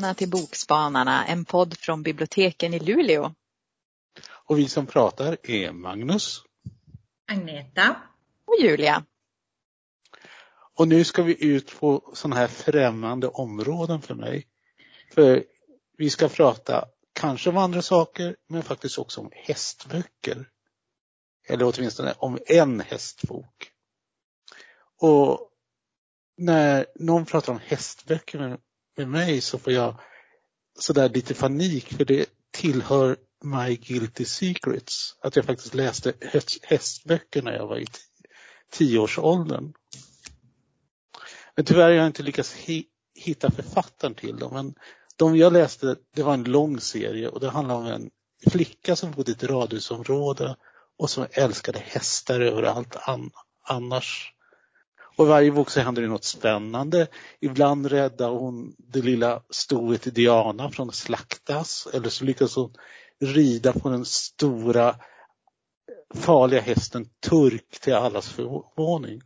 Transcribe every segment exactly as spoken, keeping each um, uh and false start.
välkomna till Bokspanarna, en podd från biblioteken i Luleå. Och vi som pratar är Magnus, Agneta och Julia. Och nu ska vi ut på sådana här främmande områden för mig. För vi ska prata kanske om andra saker, men faktiskt också om hästböcker. Eller åtminstone om en hästbok. Och när någon pratar om hästböcker med, med mig så får jag sådär lite panik, för det tillhör My Guilty Secrets. Att jag faktiskt läste hästböcker när jag var i tioårsåldern. Men tyvärr har jag inte lyckats hi- hitta författaren till dem. Men de jag läste, det var en lång serie och det handlade om en flicka som bodde i ett radhusområde och som älskade hästar över allt an- annars. Och varje bok så händer det något spännande. Ibland räddar hon det lilla stoet Diana från att slaktas. Eller så lyckas hon rida på den stora farliga hästen Turk till allas förvåning.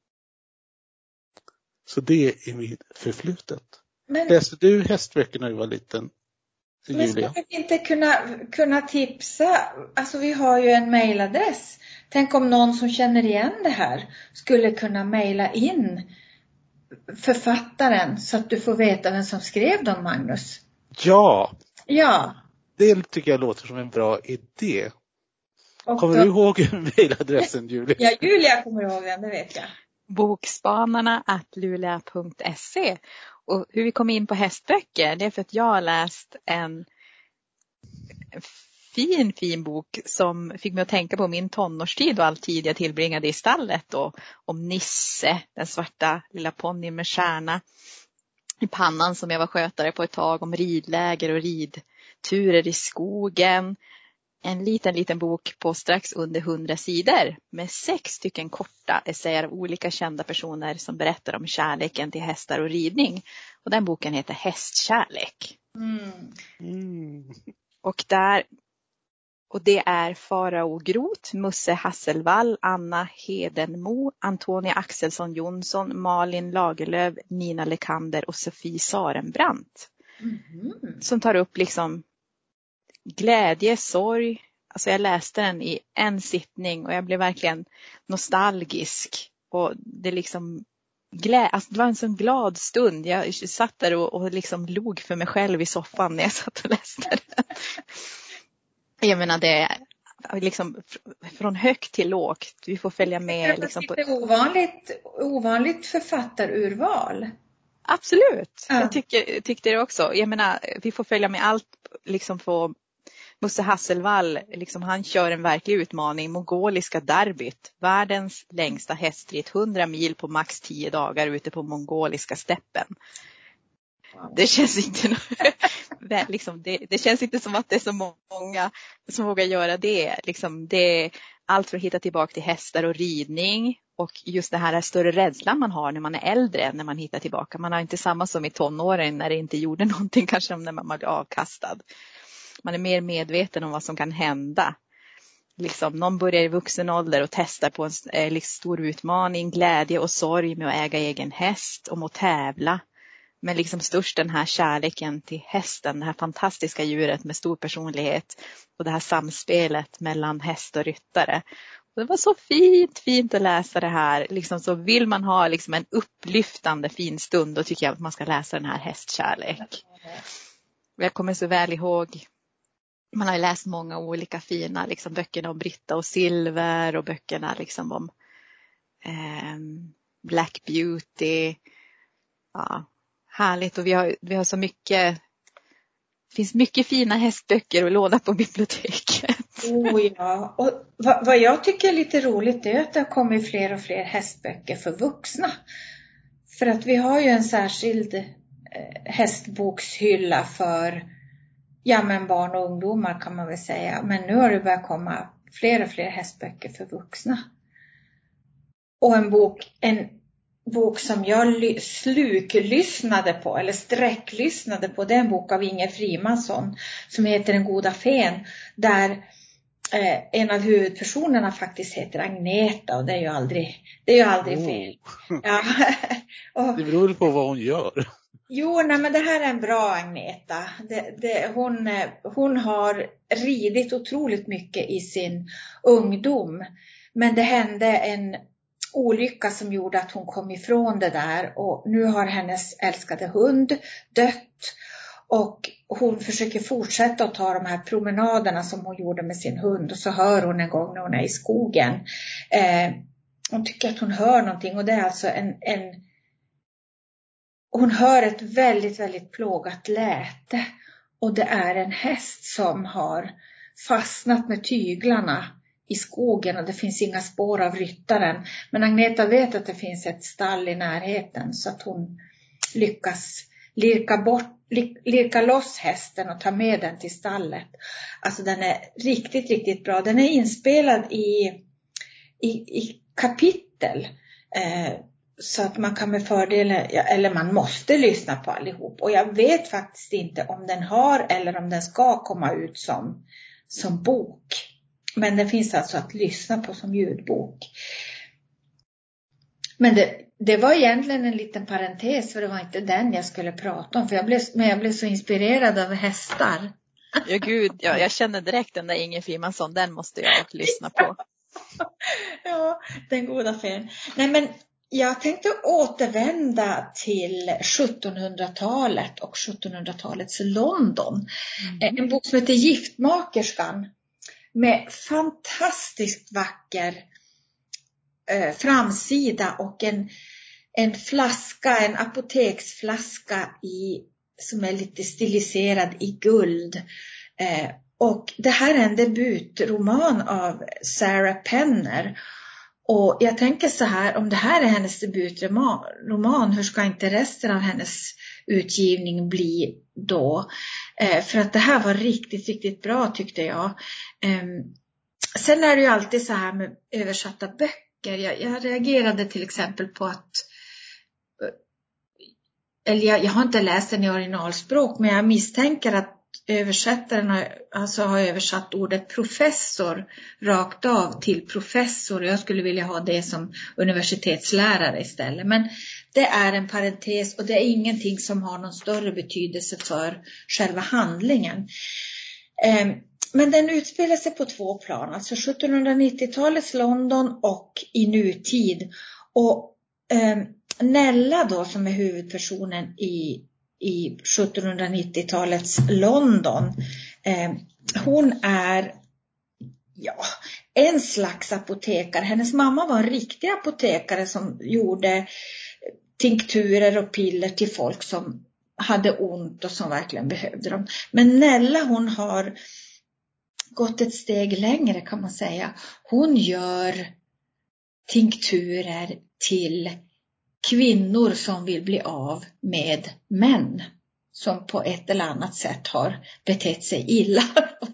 Så det är mitt förflutet. Men, läste du hästböcker när du var liten, Julia? Men skulle vi inte kunna, kunna tipsa? Alltså vi har ju en mejladress. Tänk om någon som känner igen det här skulle kunna mejla in författaren så att du får veta vem som skrev dem, Magnus. Ja. Ja. Det tycker jag låter som en bra idé. Och kommer då, du ihåg mejladressen, Julia? Ja, Julia kommer ihåg den, det vet jag. Bokspanarna at luleå punkt se. Och hur vi kom in på hästböcker, det är för att jag har läst en fin, fin bok som fick mig att tänka på min tonårstid och all tid jag tillbringade i stallet. Och om Nisse, den svarta lilla ponnyn med stjärna i pannan som jag var skötare på ett tag. Om ridläger och ridturer i skogen. En liten, liten bok på strax under hundra sidor med sex stycken korta essäer av olika kända personer som berättar om kärleken till hästar och ridning. Och den boken heter Hästkärlek. Mm. Mm. Och där, och det är Farao Groth, Musse Hasselvall, Anna Hedenmo, Antonia Axelsson Jonsson, Malin Lagerlöf, Nina Lekander och Sofie Sarenbrant. Mm. Som tar upp liksom glädje, sorg. Alltså jag läste den i en sittning och jag blev verkligen nostalgisk. Och det liksom glä- alltså det var en sån glad stund. Jag satt där och, och liksom log för mig själv i soffan när jag satt och läste den. Jag menar det är liksom från högt till lågt. Vi får följa med. Det liksom är lite ovanligt, ovanligt författarurval. Absolut. Ja. Jag tycker, tyckte det också. Jag menar, vi får följa med allt liksom på Musse Hasselvall. Liksom, han kör en verklig utmaning. Mongoliska derbyt. Världens längsta hästritt. hundra mil på max tio dagar ute på mongoliska steppen. Wow. Det känns inte liksom, det, det känns inte som att det är så många som vågar göra det. Liksom, det är allt för att hitta tillbaka till hästar och ridning. Och just det här större rädslan man har när man är äldre, när man hittar tillbaka. Man har inte samma som i tonåren när det inte gjorde någonting, kanske när man var avkastad. Man är mer medveten om vad som kan hända. Liksom, någon börjar i vuxen ålder och testar på en eh, liksom, stor utmaning, glädje och sorg med att äga egen häst och att tävla. Men liksom störst den här kärleken till hästen, det här fantastiska djuret med stor personlighet och det här samspelet mellan häst och ryttare. Och det var så fint, fint att läsa det här. Liksom, så vill man ha liksom en upplyftande fin stund, då tycker jag att man ska läsa den här Hästkärlek. Jag kommer så väl ihåg, man har ju läst många olika fina liksom, böckerna om Britta och Silver och böckerna liksom, om eh, Black Beauty. Ja, härligt, och vi har, vi har så mycket, det finns mycket fina hästböcker att låna på biblioteket. Oh ja, och vad, vad jag tycker är lite roligt är att det har kommit fler och fler hästböcker för vuxna. För att vi har ju en särskild eh, hästbokshylla för ja, men barn och ungdomar kan man väl säga. Men nu har det börjat komma fler och fler hästböcker för vuxna. Och en bok, en bok som jag sluklyssnade på eller sträcklyssnade på, det är en bok av Inger Frimansson som heter Den goda fen, där eh, en av huvudpersonerna faktiskt heter Agneta, och det är ju aldrig, det är ju aldrig fel. Oh. Ja. Och, det beror på vad hon gör. Jo, nej, men det här är en bra Agneta. Det, det, hon, hon har ridit otroligt mycket i sin ungdom. Men det hände en olycka som gjorde att hon kom ifrån det där. Och nu har hennes älskade hund dött. Och hon försöker fortsätta att ta de här promenaderna som hon gjorde med sin hund. Och så hör hon en gång när hon är i skogen. Eh, hon tycker att hon hör någonting. Och det är alltså en... en hon hör ett väldigt, väldigt plågat läte. Och det är en häst som har fastnat med tyglarna i skogen. Och det finns inga spår av ryttaren. Men Agneta vet att det finns ett stall i närheten. Så att hon lyckas lirka, bort, lirka loss hästen och ta med den till stallet. Alltså den är riktigt, riktigt bra. Den är inspelad i, i, i kapitel. Eh, Så att man kan med fördel, eller man måste lyssna på allihop. Och jag vet faktiskt inte om den har eller om den ska komma ut som, som bok. Men den finns alltså att lyssna på som ljudbok. Men det, det var egentligen en liten parentes, för det var inte den jag skulle prata om. För jag blev, men jag blev så inspirerad av hästar. Ja gud, ja, jag känner direkt den där Inger Frimansson, den måste jag lyssna på. Ja, den goda fen. Nej men... Jag tänkte återvända till sjuttonhundratalet och sjuttonhundratalets London. Mm. En bok som heter Giftmakerskan med fantastiskt vacker eh, framsida och en, en flaska, en apoteksflaska i, som är lite stiliserad i guld. Eh, och det här är en debutroman av Sarah Penner. Och jag tänker så här, om det här är hennes debutroman, hur ska inte resten av hennes utgivning bli då? Eh, för att det här var riktigt, riktigt bra tyckte jag. Eh, sen är det ju alltid så här med översatta böcker. Jag, jag reagerade till exempel på att, eller jag, jag har inte läst den i originalspråk, men jag misstänker att översättaren har, alltså har översatt ordet professor rakt av till professor. Jag skulle vilja ha det som universitetslärare istället. Men det är en parentes och det är ingenting som har någon större betydelse för själva handlingen. Men den utspelar sig på två plan. Alltså sjuttonhundranittiotalets London och i nutid. Och Nella då, som är huvudpersonen i i sjuttonhundranittiotalets London. Eh, hon är ja, en slags apotekare. Hennes mamma var en riktig apotekare som gjorde tinkturer och piller till folk som hade ont och som verkligen behövde dem. Men Nella, hon har gått ett steg längre kan man säga. Hon gör tinkturer till kvinnor som vill bli av med män som på ett eller annat sätt har betett sig illa.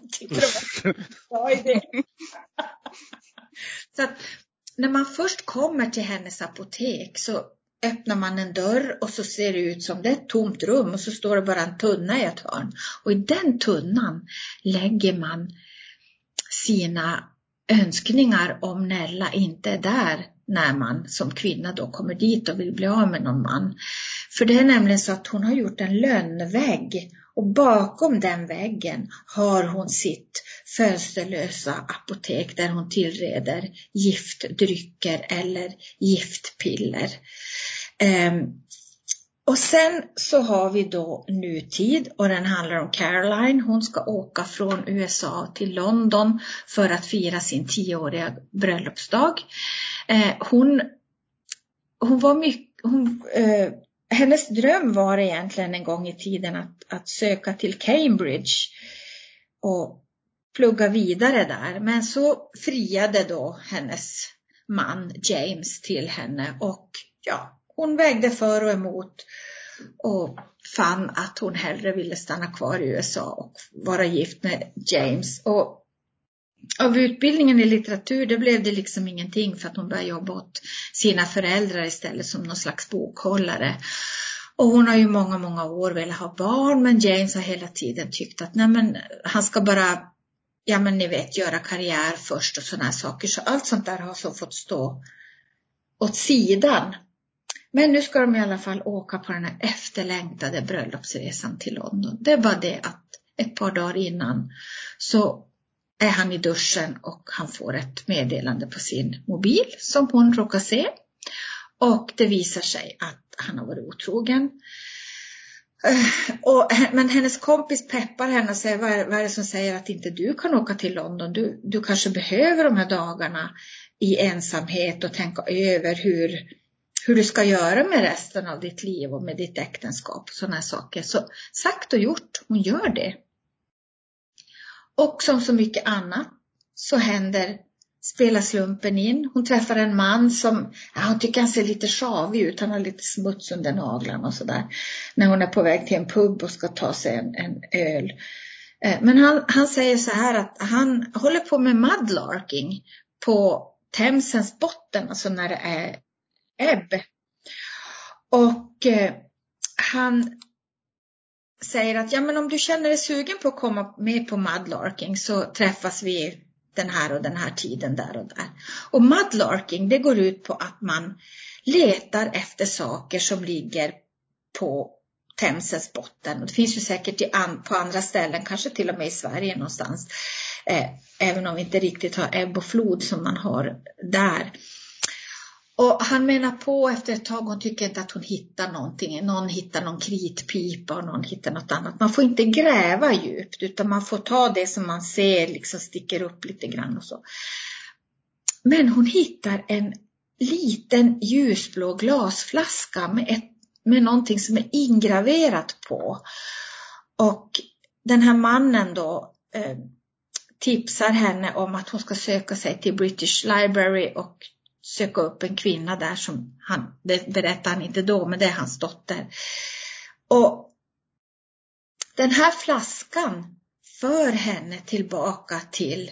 Så att när man först kommer till hennes apotek så öppnar man en dörr och så ser det ut som det är ett tomt rum och så står det bara en tunna i ett hörn. Och i den tunnan lägger man sina önskningar om Nella inte är där när man som kvinna då kommer dit och vill bli av med någon man. För det är nämligen så att hon har gjort en lönnvägg och bakom den väggen har hon sitt fönsterlösa apotek där hon tillreder giftdrycker eller giftpiller. Um, Och sen så har vi då nutid och den handlar om Caroline. Hon ska åka från U S A till London för att fira sin tioåriga bröllopsdag. Eh, hon, hon var mycket, hon, eh, hennes dröm var egentligen en gång i tiden att, att söka till Cambridge och plugga vidare där. Men så friade då hennes man James till henne och ja, hon vägde för och emot och fann att hon hellre ville stanna kvar i U S A och vara gift med James. Och av utbildningen i litteratur det blev det liksom ingenting för att hon började jobba åt sina föräldrar istället som någon slags bokhållare. Och hon har ju många, många år velat ha barn, men James har hela tiden tyckt att nej men, han ska bara, ja men ni vet, göra karriär först och sådana här saker. Så allt sånt där har så fått stå åt sidan. Men nu ska de i alla fall åka på den här efterlängtade bröllopsresan till London. Det är bara det att ett par dagar innan så är han i duschen och han får ett meddelande på sin mobil som hon råkar se. Och det visar sig att han har varit otrogen. Och, men hennes kompis peppar henne och säger, vad är, vad är det som säger att inte du kan åka till London? Du, du kanske behöver de här dagarna i ensamhet och tänka över hur, hur du ska göra med resten av ditt liv och med ditt äktenskap och sådana här saker. Så sagt och gjort, hon gör det. Och som så mycket annat så händer, spelar slumpen in. Hon träffar en man som, ja, hon tycker han ser lite sjavig ut. Han har lite smuts under naglarna och sådär. När hon är på väg till en pub och ska ta sig en, en öl. Men han, han säger så här att han håller på med mudlarking på Themsens botten. Alltså när det är ebb. Och eh, han säger att ja, men om du känner dig sugen på att komma med på mudlarking så träffas vi den här och den här tiden där och där. Och mudlarking, det går ut på att man letar efter saker som ligger på Themsens botten. Och det finns ju säkert i an, på andra ställen, kanske till och med i Sverige någonstans. Eh, även om vi inte riktigt har ebb och flod som man har där. Och han menar på efter ett tag, hon tycker inte att hon hittar någonting. Någon hittar någon kritpipa och någon hittar något annat. Man får inte gräva djupt utan man får ta det som man ser liksom sticker upp lite grann och så. Men hon hittar en liten ljusblå glasflaska med, ett, med någonting som är ingraverat på. Och den här mannen då eh, tipsar henne om att hon ska söka sig till British Library och söka upp en kvinna där som han, det berättar han inte då, men det är hans dotter. Och den här flaskan för henne tillbaka till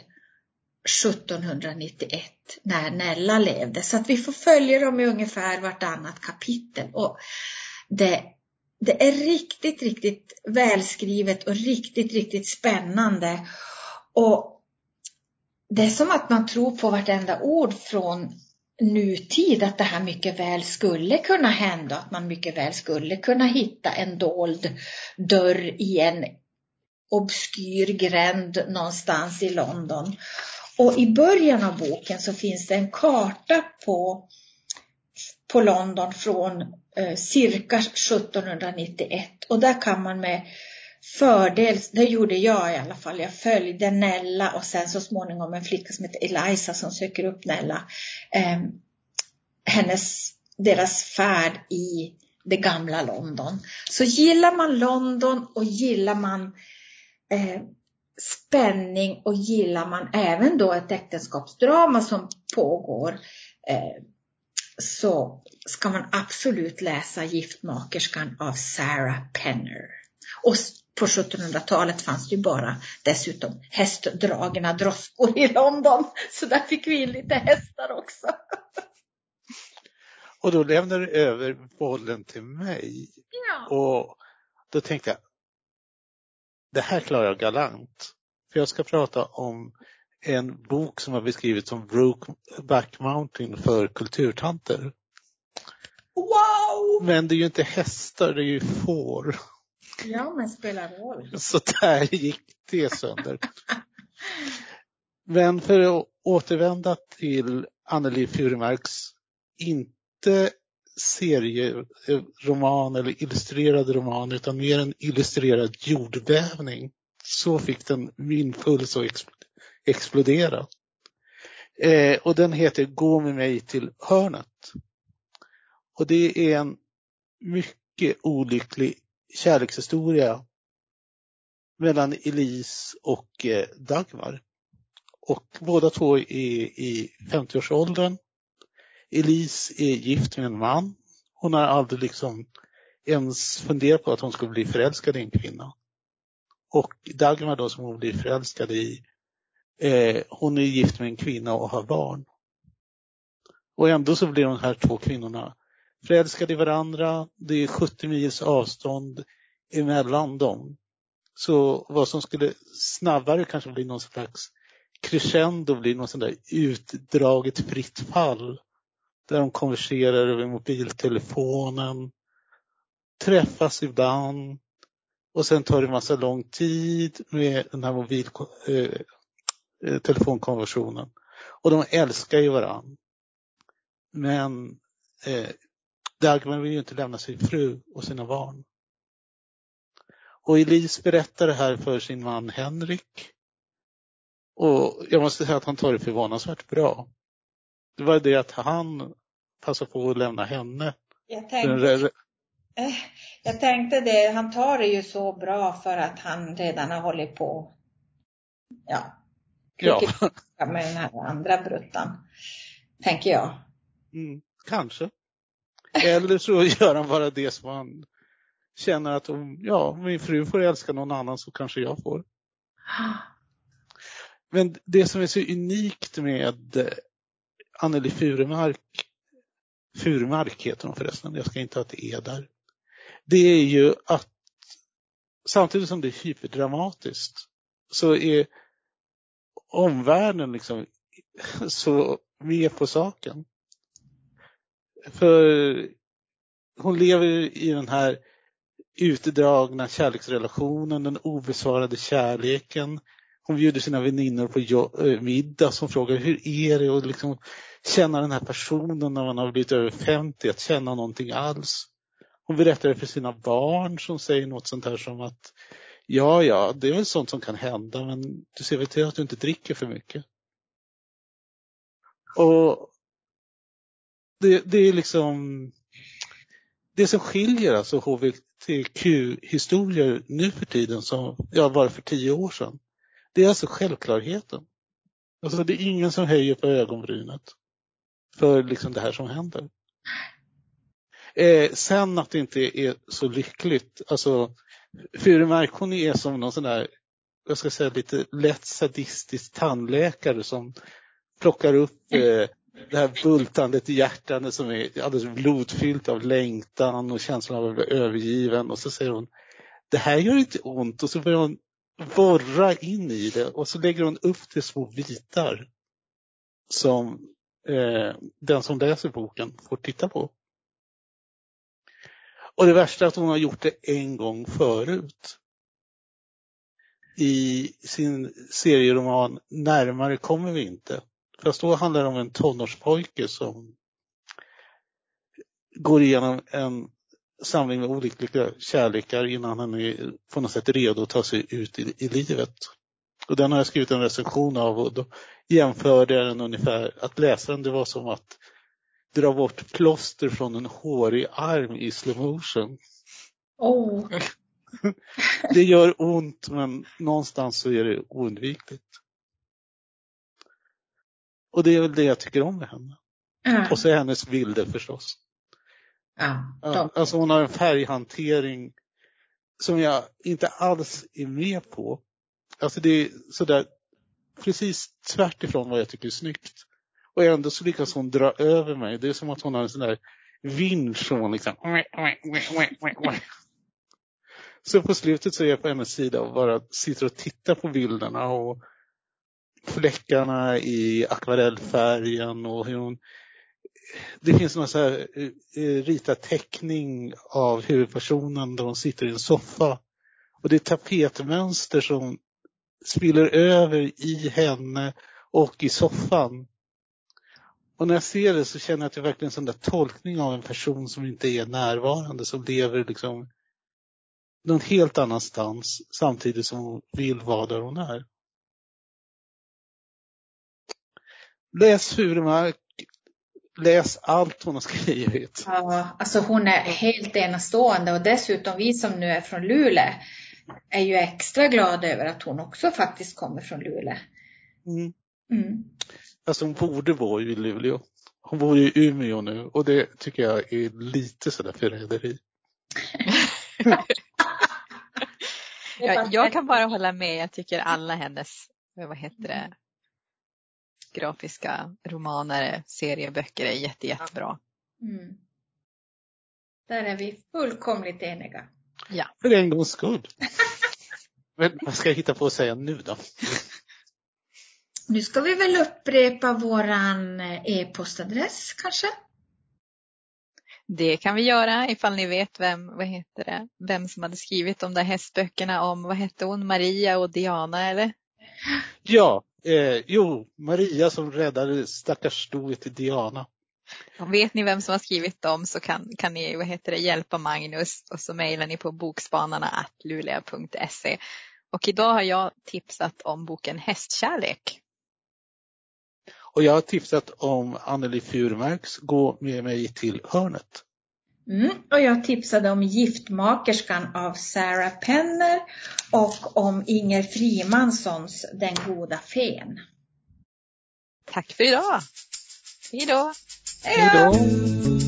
sjuttonhundranittioett när Nella levde. Så att vi får följa dem i ungefär vartannat kapitel. Och det, det är riktigt, riktigt välskrivet och riktigt, riktigt spännande. Och det är som att man tror på vartenda ord från nutid att det här mycket väl skulle kunna hända, att man mycket väl skulle kunna hitta en dold dörr i en obskyr gränd någonstans i London. Och i början av boken så finns det en karta på, på London från eh, cirka sjuttonhundranittioett och där kan man med fördel, det gjorde jag i alla fall, jag följde Nella och sen så småningom en flicka som heter Eliza som söker upp Nella, eh, hennes, deras färd i det gamla London. Så gillar man London och gillar man eh, spänning och gillar man även då ett äktenskapsdrama som pågår eh, så ska man absolut läsa Giftmakerskan av Sarah Penner. Och på sjuttonhundratalet fanns det ju bara dessutom hästdragna droskor i London. Så där fick vi in lite hästar också. Och då lämnar du över bollen till mig. Ja. Och då tänkte jag, det här klarar jag galant. För jag ska prata om en bok som har beskrivits som Brokeback Mountain för kulturtanter. Wow! Men det är ju inte hästar, det är ju får. Ja, men spelar roll. Så där gick det sönder. Men för att återvända till Anneli Furemarks, inte serieroman eller illustrerad roman utan mer en illustrerad jordbävning, så fick den min puls att explodera. Eh, och den heter Gå med mig till hörnet. Och det är en mycket olycklig kärlekshistoria mellan Elise och eh, Dagmar. Och båda två är i femtioårsåldern. Elise är gift med en man. Hon har aldrig liksom ens funderat på att hon skulle bli förälskad i en kvinna. Och Dagmar då som hon blir förälskad i, eh, hon är gift med en kvinna och har barn. Och ändå så blir de här två kvinnorna förälskade i varandra. Det är sjuttio mils avstånd emellan dem. Så vad som skulle snabbare kanske bli någon slags crescendo, blir någon sån där utdraget fritt fall. där de konverserar över mobiltelefonen, träffas ibland och sen tar det massa lång tid med den här mobil, eh, telefonkonversationen. Och de älskar ju varann. Men eh, Dagmar vill ju inte lämna sin fru och sina barn. Och Elise berättar det här för sin man Henrik. Och jag måste säga att han tar det förvånansvärt bra. Det var det att han passar på att lämna henne. Jag tänkte, jag tänkte det, han tar det ju så bra för att han redan har hållit på. Ja. Ja. Med den här andra bruttan. Tänker jag. Mm, kanske. Eller så gör han bara det som han känner att om ja, min fru får älska någon annan så kanske jag får. Men det som är så unikt med Anneli Furemark, Furemark heter hon förresten, jag ska inte ha ett e där. Det är ju att samtidigt som det är hyperdramatiskt så är omvärlden liksom så med på saken. För hon lever i den här utdragna kärleksrelationen, den obesvarade kärleken. Hon bjuder sina väninnor på middag som frågar hur är det att liksom känna den här personen när man har blivit över femtio, att känna någonting alls. Hon berättar det för sina barn som säger något sånt här som att ja, ja, det är väl sånt som kan hända, men du ser väl till att du inte dricker för mycket. Och det, det är liksom det som skiljer alltså H B T Q-historier nu för tiden som jag var för tio år sedan. Det är alltså självklarheten. Alltså det är ingen som höjer på ögonbrynet för liksom det här som händer. Eh, sen att det inte är så lyckligt. Alltså Furemark, hon är som någon sån där, jag ska säga lite lätt sadistisk tandläkare som plockar upp eh, det här bultandet i hjärtan som är alldeles blodfyllt av längtan och känslan av att bli övergiven. Och så säger hon, det här gör inte ont. Och så börjar hon borra in i det och så lägger hon upp till små bitar som eh, den som läser boken får titta på. Och det värsta är att hon har gjort det en gång förut. I sin serieroman Närmare kommer vi inte. Fast då handlar det om en tonårspojke som går igenom en samling med olyckliga kärlekar innan han är på något sätt redo att ta sig ut i, i livet. Och den har jag skrivit en recension av och då jämförde jag den ungefär att läsa den, det var som att dra bort plåster från en hårig arm i slow motion. Oh. Det gör ont, men någonstans så är det oundvikligt. Och det är väl det jag tycker om med henne. Mm. Och så är hennes bilder förstås. Ja, ja, alltså hon har en färghantering som jag inte alls är med på. Alltså det är sådär precis tvärt ifrån vad jag tycker är snyggt. Och ändå så lyckas hon dra över mig. Det är som att hon har en sån där vinsch som hon liksom... Så på slutet så är jag på hennes sida och bara sitter och tittar på bilderna och fläckarna i akvarellfärgen och hur hon... Det finns någon så här eh, ritad teckning av huvudpersonen där hon sitter i en soffa. Och det är tapetmönster som spiller över i henne och i soffan. Och när jag ser det så känner jag att det är verkligen en sån där tolkning av en person som inte är närvarande, som lever liksom någon helt annanstans samtidigt som hon vill vara där hon är. Läs Furemark, läs allt hon har skrivit. Ja, alltså hon är helt enastående och dessutom vi som nu är från Luleå är ju extra glada över att hon också faktiskt kommer från Luleå. Mm. Mm. Alltså hon borde bo i Luleå. Hon bor i Umeå nu och det tycker jag är lite sådär förräderi. jag, jag kan bara hålla med. Jag tycker alla hennes, vad heter det, grafiska romaner, serieböcker är jätte, jättebra. Mm. Där är vi fullkomligt eniga. Ja. För en gångs skull. Men vad ska jag hitta på att säga nu då? Nu ska vi väl upprepa våran e-postadress kanske? Det kan vi göra ifall ni vet vem, vad heter det, vem som hade skrivit de där hästböckerna om, vad hette hon, Maria och Diana eller? Ja, eh, jo, Maria som räddade stackars stoet till Diana. Och vet ni vem som har skrivit dem så kan, kan ni, vad heter det, hjälpa Magnus och så mejlar ni på bokspanarna at luleå punkt se. Och idag har jag tipsat om boken Hästkärlek. Och jag har tipsat om Anneli Furmarks Gå med mig till hörnet. Mm, och jag tipsade om Giftmakerskan av Sarah Penner och om Inger Frimanssons Den goda fen. Tack för idag. Hej då. Hej då.